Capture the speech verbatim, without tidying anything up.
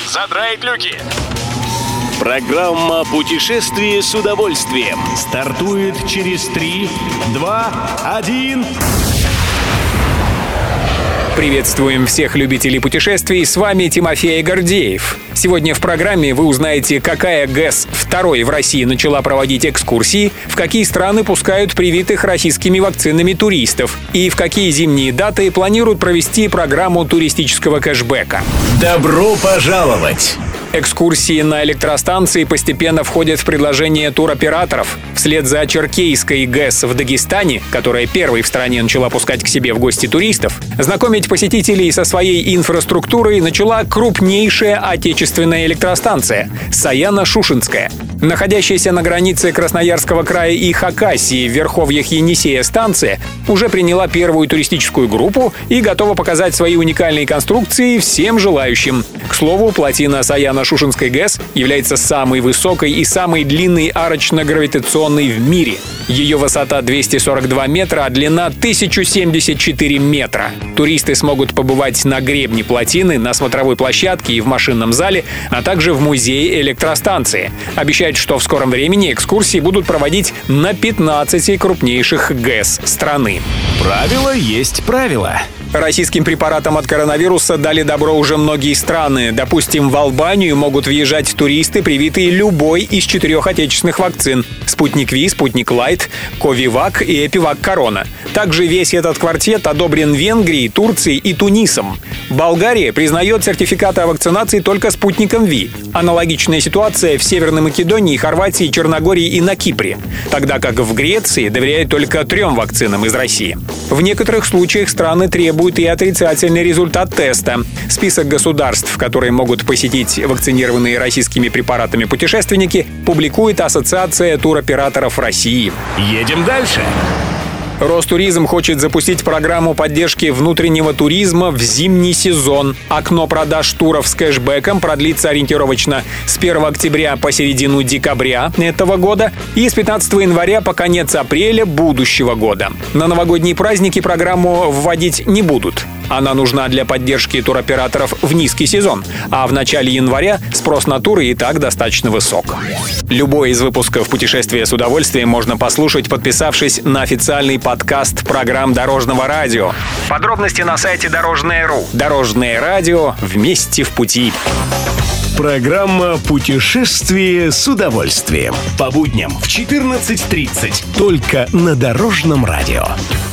задраить люки. Программа «Путешествие с удовольствием» стартует через три, два, один. Приветствуем всех любителей путешествий, с вами Тимофей Гордеев. Сегодня в программе вы узнаете, какая ГЭС второй в России начала проводить экскурсии, в какие страны пускают привитых российскими вакцинами туристов и в какие зимние даты планируют провести программу туристического кэшбэка. Добро пожаловать! Экскурсии на электростанции постепенно входят в предложение туроператоров. Вслед за Черкейской ГЭС в Дагестане, которая первой в стране начала пускать к себе в гости туристов, знакомить посетителей со своей инфраструктурой начала крупнейшая отечественная электростанция – Саяно-Шушенская. Находящаяся на границе Красноярского края и Хакасии в верховьях Енисея станция уже приняла первую туристическую группу и готова показать свои уникальные конструкции всем желающим. К слову, плотина Саяно-Шушенской ГЭС является самой высокой и самой длинной арочно-гравитационной в мире. Ее высота двести сорок два метра, а длина тысяча семьдесят четыре метра. Туристы смогут побывать на гребне плотины, на смотровой площадке и в машинном зале, а также в музее электростанции. Обещают, что в скором времени экскурсии будут проводить на пятнадцати крупнейших ГЭС страны. Правило есть правило. Российским препаратам от коронавируса дали добро уже многие страны. Допустим, в Албанию могут въезжать туристы, привитые любой из четырех отечественных вакцин – Спутник Ви, Спутник Лайт, Ковивак и Эпивак Корона. Также весь этот квартет одобрен Венгрией, Турцией и Тунисом. Болгария признает сертификаты о вакцинации только Спутником Ви. Аналогичная ситуация в Северной Македонии, Хорватии, Черногории и на Кипре. Тогда как в Греции доверяют только трем вакцинам из России. В некоторых случаях страны требуют и отрицательный результат теста. Список государств, которые могут посетить вакцинированные российскими препаратами путешественники, публикует Ассоциация туроператоров России. Едем дальше. Ростуризм хочет запустить программу поддержки внутреннего туризма в зимний сезон. Окно продаж туров с кэшбэком продлится ориентировочно с первого октября по середину декабря этого года и с пятнадцатого января по конец апреля будущего года. На новогодние праздники программу вводить не будут. Она нужна для поддержки туроператоров в низкий сезон, а в начале января спрос на туры и так достаточно высок. Любой из выпусков «Путешествия с удовольствием» можно послушать, подписавшись на официальный подкаст программ Дорожного радио. Подробности на сайте Дорожное точка ру. Дорожное радио. Вместе в пути. Программа «Путешествие с удовольствием». По будням в четырнадцать тридцать. Только на Дорожном радио.